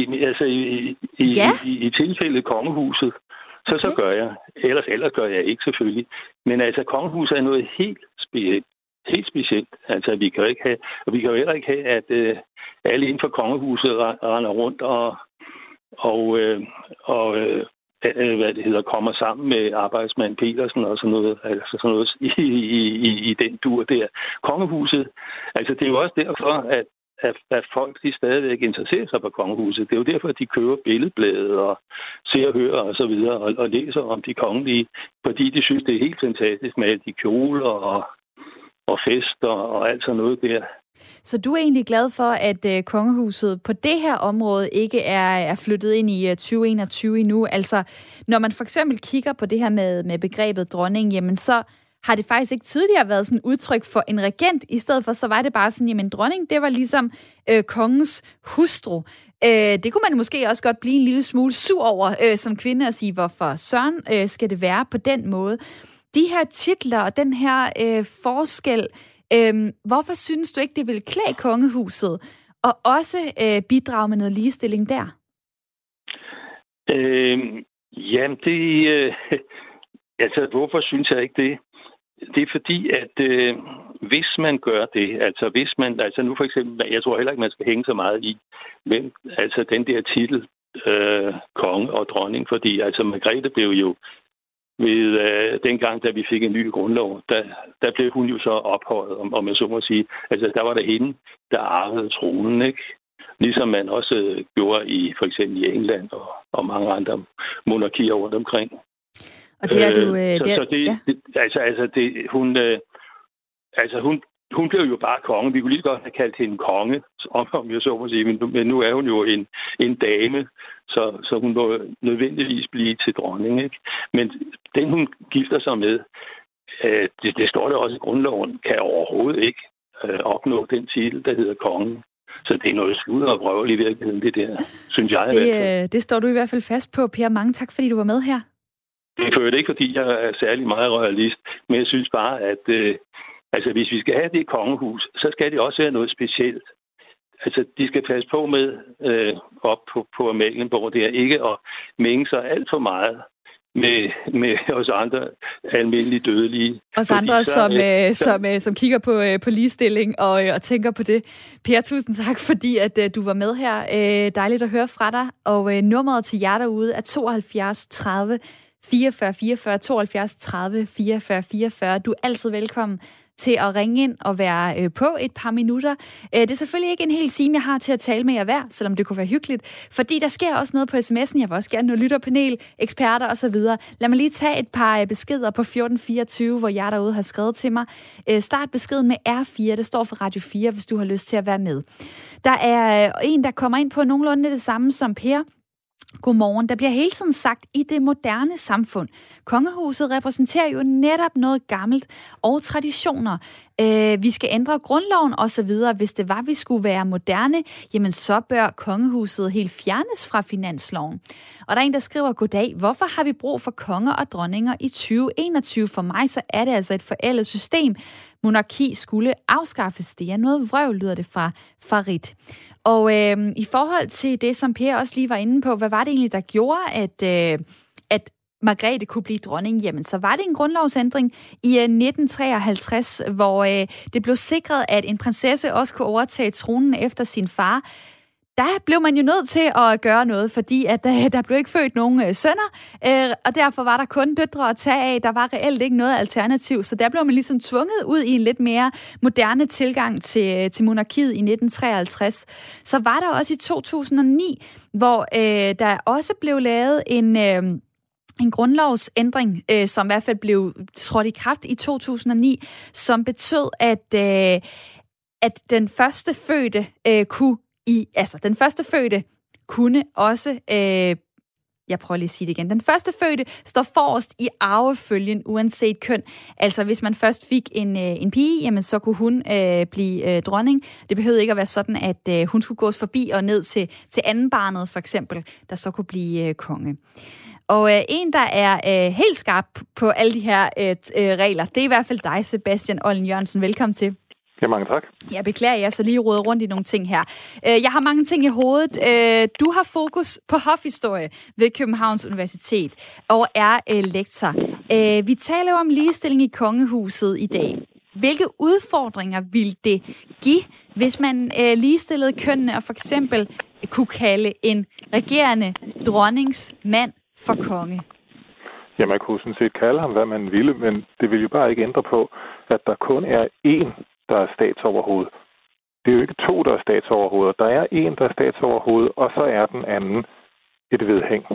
i tilfældet kongehuset, så gør jeg. Ellers gør jeg ikke selvfølgelig. Men altså kongehuset er noget helt specielt. Altså vi kan jo heller ikke have, at alle inden for kongehuset render rundt og kommer sammen med arbejdsmand Petersen og sådan noget, altså sådan noget i den dur der. Kongehuset, altså det er jo også derfor, at folk de stadigvæk interesserer sig for kongehuset. Det er jo derfor, at de køber billedbladet og ser og hører og så videre og læser om de kongelige, fordi de synes, det er helt fantastisk med de kjoler og fester og alt sådan noget der. Så du er egentlig glad for, at kongehuset på det her område ikke er flyttet ind i 2021 endnu? Altså, når man for eksempel kigger på det her med begrebet dronning, jamen så har det faktisk ikke tidligere været sådan udtryk for en regent. I stedet for, så var det bare sådan, jamen dronning, det var ligesom kongens hustru. Det kunne man måske også godt blive en lille smule sur over som kvinde og sige, hvorfor søren skal det være på den måde? De her titler og den her forskel, hvorfor synes du ikke, det vil klæde kongehuset og også bidrage med noget ligestilling der? Jamen, hvorfor synes jeg ikke det? Det er fordi, at hvis man gør det, altså nu for eksempel, jeg tror heller ikke, man skal hænge så meget i, hvem, altså den der titel, konge og dronning, fordi altså Margrethe blev jo dengang, da vi fik en ny grundlov, der blev hun jo så ophøjet, om jeg så må sige. Altså, der var det hende, der arvede tronen, ikke? Ligesom man også gjorde for eksempel i England og mange andre monarkier rundt omkring. Og det er du... Hun blev jo bare konge. Vi kunne lige godt have kaldt hende konge, om jeg så må sige. Men nu er hun jo en dame, så hun må nødvendigvis blive til dronning, ikke? Men den, hun gifter sig med, det står der også i grundloven, kan overhovedet ikke opnå den titel, der hedder konge. Så det er noget sludder og vrøvl i virkeligheden, det der, synes jeg. Det står du i hvert fald fast på, Per. Mange tak, fordi du var med her. Det er ikke, fordi jeg er særlig meget royalist, men jeg synes bare, at hvis vi skal have det kongehus, så skal det også være noget specielt. Altså, de skal passe på med op på Amalienborg der, ikke at mænge sig alt for meget med os andre almindelige dødelige. Os andre, som kigger på ligestilling og tænker på det. Per, tusind tak, fordi at du var med her. Dejligt at høre fra dig. Og nummeret til jer derude er 72 30 44 44, 72 30 44 44. Du er altid velkommen til at ringe ind og være på et par minutter. Det er selvfølgelig ikke en hel time, jeg har til at tale med jer hver, selvom det kunne være hyggeligt, fordi der sker også noget på sms'en. Jeg vil også gerne nå lytterpanel, eksperter osv. Lad mig lige tage et par beskeder på 1424, hvor jeg derude har skrevet til mig. Start beskeden med R4, det står for Radio 4, hvis du har lyst til at være med. Der er en, der kommer ind på nogenlunde det samme som Per. Godmorgen. Der bliver hele tiden sagt i det moderne samfund. Kongehuset repræsenterer jo netop noget gammelt og traditioner. vi skal ændre grundloven osv. Hvis det var, vi skulle være moderne, jamen så bør kongehuset helt fjernes fra finansloven. Og der er en, der skriver, goddag, hvorfor har vi brug for konger og dronninger i 2021? For mig så er det altså et forældet system. Monarki skulle afskaffes. Det er noget vrøvl, lyder det fra Farid. Og i forhold til det, som Per også lige var inde på, hvad var det egentlig, der gjorde, at Margrethe kunne blive dronning? Jamen, så var det en grundlovsændring i 1953, hvor det blev sikret, at en prinsesse også kunne overtage tronen efter sin far. Der blev man jo nødt til at gøre noget, fordi at der blev ikke født nogen sønner, og derfor var der kun døtre at tage af. Der var reelt ikke noget alternativ, så der blev man ligesom tvunget ud i en lidt mere moderne tilgang til monarkiet i 1953. Så var der også i 2009, hvor der også blev lavet en grundlovsændring, som i hvert fald blev trådt i kraft i 2009, som betød, at den første fødte den første fødte kunne også, jeg prøver lige at sige det igen, den første fødte står forrest i arvefølgen, uanset køn. Altså hvis man først fik en pige, jamen så kunne hun blive dronning. Det behøvede ikke at være sådan, at hun skulle gås forbi og ned til anden barnet, for eksempel, der så kunne blive konge. Og en, der er helt skarp på alle de her regler, det er i hvert fald dig, Sebastian Olden Jørgensen. Velkommen til. Ja, mange tak. Jeg beklager, jeg så lige roder rundt i nogle ting her. Jeg har mange ting i hovedet. Du har fokus på hofhistorie ved Københavns Universitet og er lektor. Vi taler jo om ligestilling i kongehuset i dag. Hvilke udfordringer ville det give, hvis man ligestillede kønnene og for eksempel kunne kalde en regerende dronningsmand for konge? Ja, man kunne sådan set kalde ham, hvad man ville, men det vil jo bare ikke ændre på, at der kun er én, der er statsoverhoved. Det er jo ikke to, der er statsoverhoveder. Der er en, der er statsoverhoved, og så er den anden et vedhæng.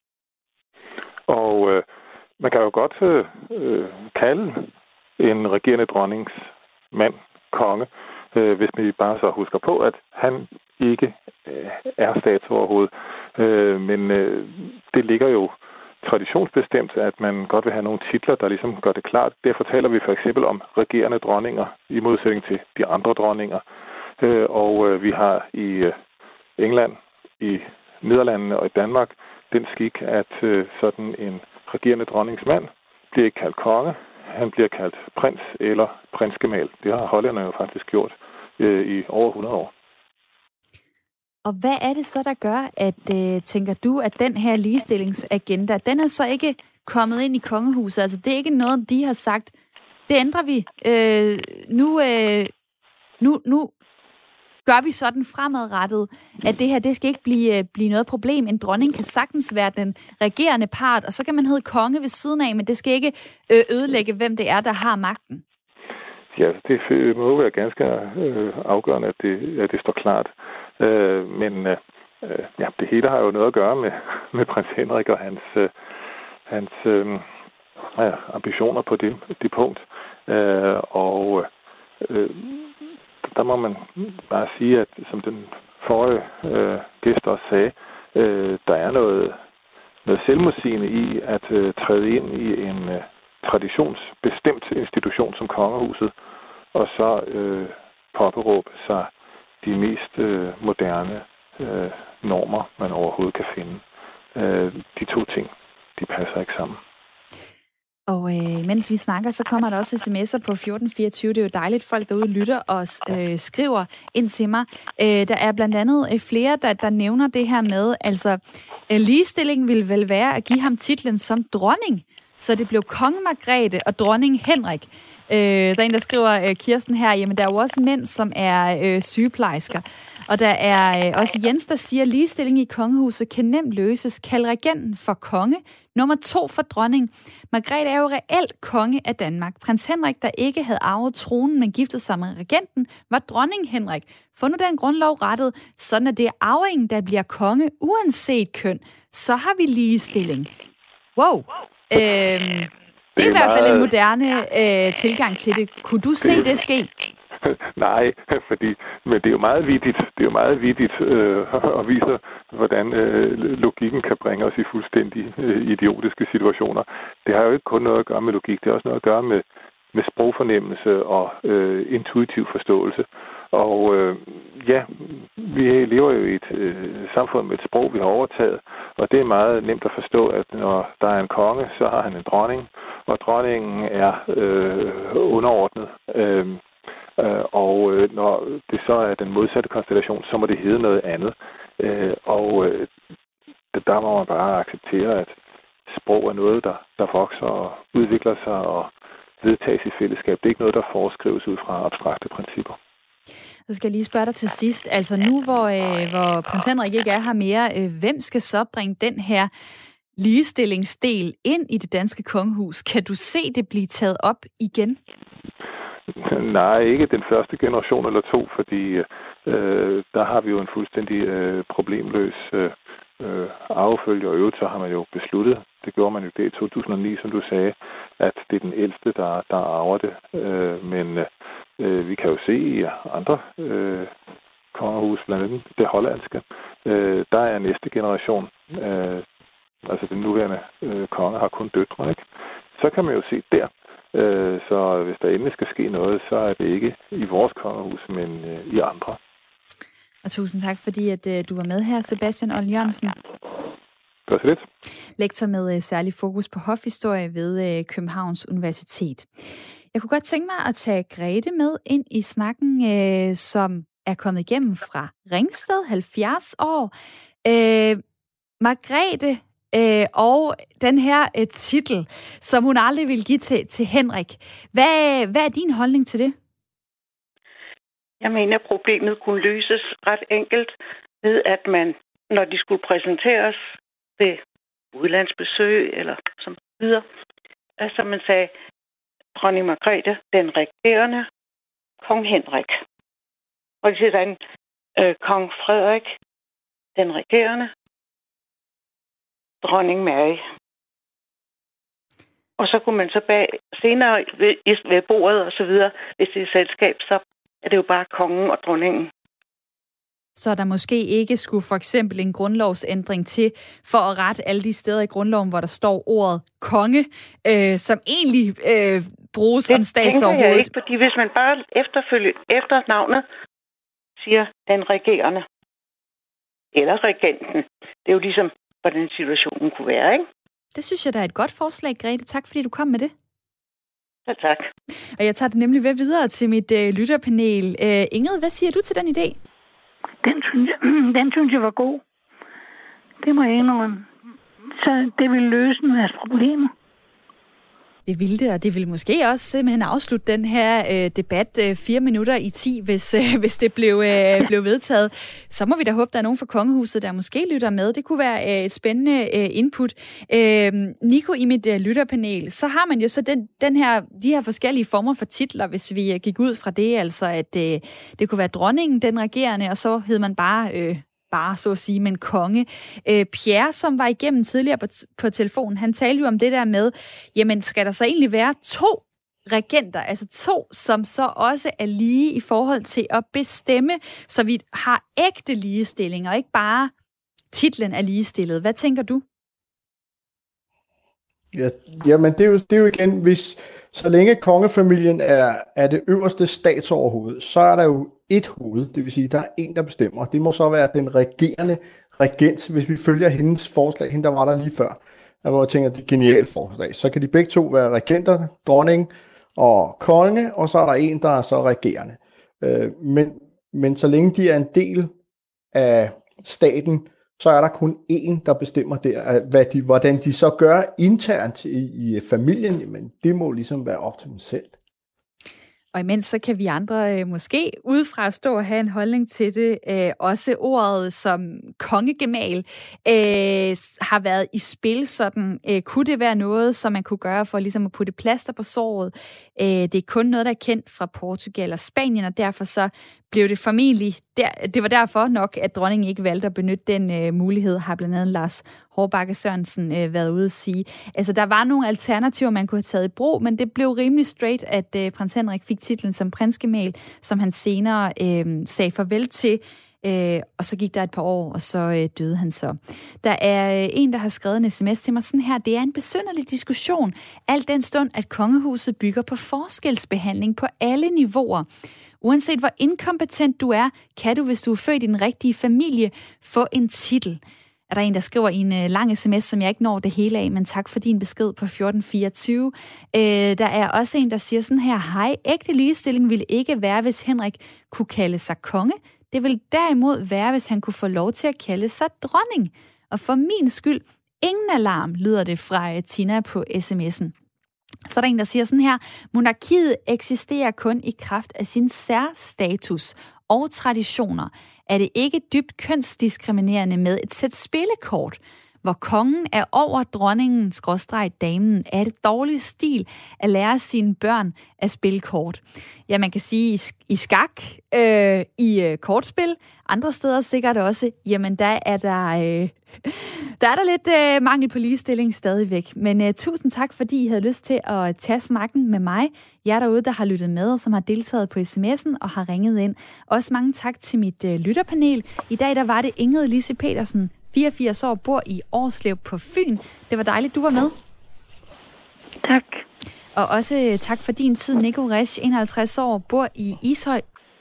Og man kan jo godt kalde en regerende dronningsmand konge, hvis vi bare så husker på, at han ikke er statsoverhoved. Men det ligger jo traditionsbestemt, at man godt vil have nogle titler, der ligesom gør det klart. Derfor taler vi for eksempel om regerende dronninger i modsætning til de andre dronninger. Og vi har i England, i Nederlandene og i Danmark den skik, at sådan en regerende dronningsmand bliver ikke kaldt konge. Han bliver kaldt prins eller prinsgemal. Det har hollænderne jo faktisk gjort i over 100 år. Og hvad er det så, der gør, at tænker du, at den her ligestillingsagenda, den er så ikke kommet ind i kongehuset? Altså, det er ikke noget, de har sagt, det ændrer vi. Nu gør vi sådan fremadrettet, at det her, det skal ikke blive noget problem. En dronning kan sagtens være den regerende part, og så kan man hedde konge ved siden af, men det skal ikke ødelægge, hvem det er, der har magten. Ja, det må være ganske afgørende, at det står klart. Men det hele har jo noget at gøre med prins Henrik og hans ambitioner på det punkt. Der må man bare sige, at som den forrige gæst også sagde, der er noget selvmodsigende i at træde ind i en traditionsbestemt institution som kongehuset, og så påberåbe sig de mest moderne normer, man overhovedet kan finde. De to ting, de passer ikke sammen. Og mens vi snakker, så kommer der også sms'er på 1424. Det er jo dejligt, folk derude lytter og skriver ind til mig. Der er blandt andet flere, der nævner det her med, altså ligestilling vil vel være at give ham titlen som dronning. Så det blev kong Margrethe og dronning Henrik. Der er en, der skriver, Kirsten her, jamen der er jo også mænd, som er sygeplejersker. Og der er også Jens, der siger, ligestilling i kongehuset kan nemt løses. Kald regenten for konge. Nummer 2 for dronning. Margrethe er jo reelt konge af Danmark. Prins Henrik, der ikke havde arvet tronen, men giftede sig med regenten, var dronning Henrik. Få nu den grundlov rettet, sådan at det er arvingen, der bliver konge, uanset køn. Så har vi ligestilling. Wow. Det er i hvert fald en moderne tilgang til det. Kunne du se det ske? Nej, men det er jo meget vigtigt. Det er jo meget vigtigt at vise, hvordan logikken kan bringe os i fuldstændig idiotiske situationer. Det har jo ikke kun noget at gøre med logik. Det har også noget at gøre med sprogfornemmelse og intuitiv forståelse. Og vi lever jo i et samfund med et sprog, vi har overtaget, og det er meget nemt at forstå, at når der er en konge, så har han en dronning, og dronningen er underordnet. Og når det så er den modsatte konstellation, så må det hedde noget andet. Der må man bare acceptere, at sprog er noget, der vokser og udvikler sig og vedtages i fællesskab. Det er ikke noget, der foreskrives ud fra abstrakte principper. Så skal jeg lige spørge dig til sidst. Altså nu, hvor prins Henrik ikke er her mere, hvem skal så bringe den her ligestillingsdel ind i det danske kongehus? Kan du se det blive taget op igen? Nej, ikke den første generation eller to, fordi der har vi jo en fuldstændig problemløs arvefølge, og øvrigt så har man jo besluttet, det gjorde man jo det i 2009, som du sagde, at det er den ældste, der arver det. Men vi kan jo se i andre kongehus, blandt andet det hollandske, der er næste generation, altså den nuværende konge har kun døtre, ikke? Så kan man jo se der. Så hvis der endelig skal ske noget, så er det ikke i vores kongehus, men i andre. Og tusind tak, fordi at du var med her, Sebastian Olden Jørgensen. Det var så lidt. Lektor med særlig fokus på hofhistorie ved Københavns Universitet. Jeg kunne godt tænke mig at tage Grete med ind i snakken, som er kommet igennem fra Ringsted, 70 år. Margrethe og den her titel, som hun aldrig ville give til Henrik. Hvad er din holdning til det? Jeg mener, problemet kunne løses ret enkelt ved, at man, når de skulle præsenteres ved udlandsbesøg eller som videre, altså man sagde, dronning Margrethe, den regerende, kong Henrik. Og det siger den kong Frederik, den regerende, dronning Mary. Og så kunne man så senere ved bordet og så videre, hvis det er selskab, så er det jo bare kongen og dronningen. Så der måske ikke skulle for eksempel en grundlovsændring til for at rette alle de steder i grundloven, hvor der står ordet konge, som egentlig bruges om statsoverhovedet. Det tænker jeg ikke, fordi hvis man bare efter navnet siger den regerende eller regenten, det er jo ligesom, hvordan situationen kunne være, ikke? Det synes jeg, der er et godt forslag, Grete. Tak, fordi du kom med det. Ja, tak. Og jeg tager det nemlig videre til mit lytterpanel. Ingrid, hvad siger du til den idé? Den synes jeg var god. Det må jeg indrømme. Så det ville løse en masse problemer. Det ville det, og det ville måske også simpelthen afslutte den her debat 4 minutter i 10, hvis det blev vedtaget. Så må vi da håbe, der er nogen fra kongehuset, der måske lytter med. Det kunne være et spændende input. Nico, i mit lytterpanel, så har man jo så de her forskellige former for titler, hvis vi gik ud fra det, altså at det kunne være dronningen, den regerende, og så hed man bare så at sige, men konge. Pierre, som var igennem tidligere på telefonen, han talte jo om det der med, jamen skal der så egentlig være 2 regenter, altså 2, som så også er lige i forhold til at bestemme, så vi har ægte ligestilling, og ikke bare titlen er ligestillet. Hvad tænker du? Ja, jamen det er jo igen, så længe kongefamilien er det øverste statsoverhoved, så er der jo et hoved, det vil sige, der er en, der bestemmer. Det må så være den regerende regent, hvis vi følger hendes forslag, hende der var der lige før, hvor jeg tænker, det er et genialt forslag. Så kan de begge to være regenter, dronning og konge, og så er der en, der er så regerende. Men så længe de er en del af staten, så er der kun én, der bestemmer der, hvordan de så gør internt i familien, jamen det må ligesom være op til dem selv. Og imens så kan vi andre måske udefra stå og have en holdning til det. Også ordet som kongegemal har været i spil sådan. Kunne det være noget, som man kunne gøre for ligesom at putte plaster på såret? Det er kun noget, der er kendt fra Portugal og Spanien, og derfor så blev det formentlig, det var derfor nok, at dronningen ikke valgte at benytte den mulighed, har blandt andet Lars Hårbakke Sørensen været ude at sige. Altså, der var nogle alternativer, man kunne have taget i brug, men det blev rimelig straight, at prins Henrik fik titlen som prinsgemal, som han senere sagde farvel til Og så gik der et par år, og så døde han så. Der er en, der har skrevet en sms til mig sådan her. Det er en besynderlig diskussion, al den stund, at kongehuset bygger på forskelsbehandling på alle niveauer. Uanset hvor inkompetent du er, kan du, hvis du er født i den rigtige familie, få en titel. Er der en, der skriver i en lang sms, som jeg ikke når det hele af, men tak for din besked på 1424. Der er også en, der siger sådan her: hej, ægte ligestilling ville ikke være, hvis Henrik kunne kalde sig konge. Det ville derimod være, hvis han kunne få lov til at kalde sig dronning. Og for min skyld, ingen alarm, lyder det fra Tina på sms'en. Så er der en, der siger sådan her: monarkiet eksisterer kun i kraft af sin særstatus og traditioner. Er det ikke dybt kønsdiskriminerende med et sæt spillekort, hvor kongen er over dronningen / damen? Er det dårlig stil at lære sine børn at spille kort? Ja, man kan sige i skak, i kortspil, andre steder sikkert også, jamen der er der lidt mangel på ligestilling stadigvæk. Men tusind tak, fordi I havde lyst til at tage snakken med mig. Jer derude, der har lyttet med og som har deltaget på sms'en og har ringet ind. Også mange tak til mit lytterpanel. I dag der var det Ingrid Lise Petersen, 84 år, bor i Årslev på Fyn. Det var dejligt, du var med. Tak. Og også tak for din tid, Nico Resch, 51 år, bor i Ishøj.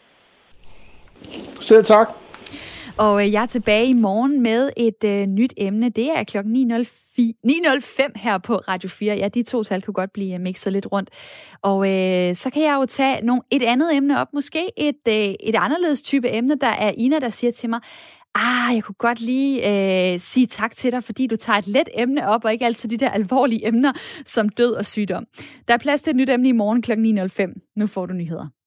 Selv tak. Og jeg er tilbage i morgen med et nyt emne. Det er klokken 9.05 her på Radio 4. Ja, de to tal kunne godt blive mixet lidt rundt. Og så kan jeg jo tage et andet emne op. Måske et anderledes type emne. Der er Ina, der siger til mig: jeg kunne godt lige sige tak til dig, fordi du tager et let emne op, og ikke altid de der alvorlige emner som død og sygdom. Der er plads til et nyt emne i morgen kl. 9.05. Nu får du nyheder.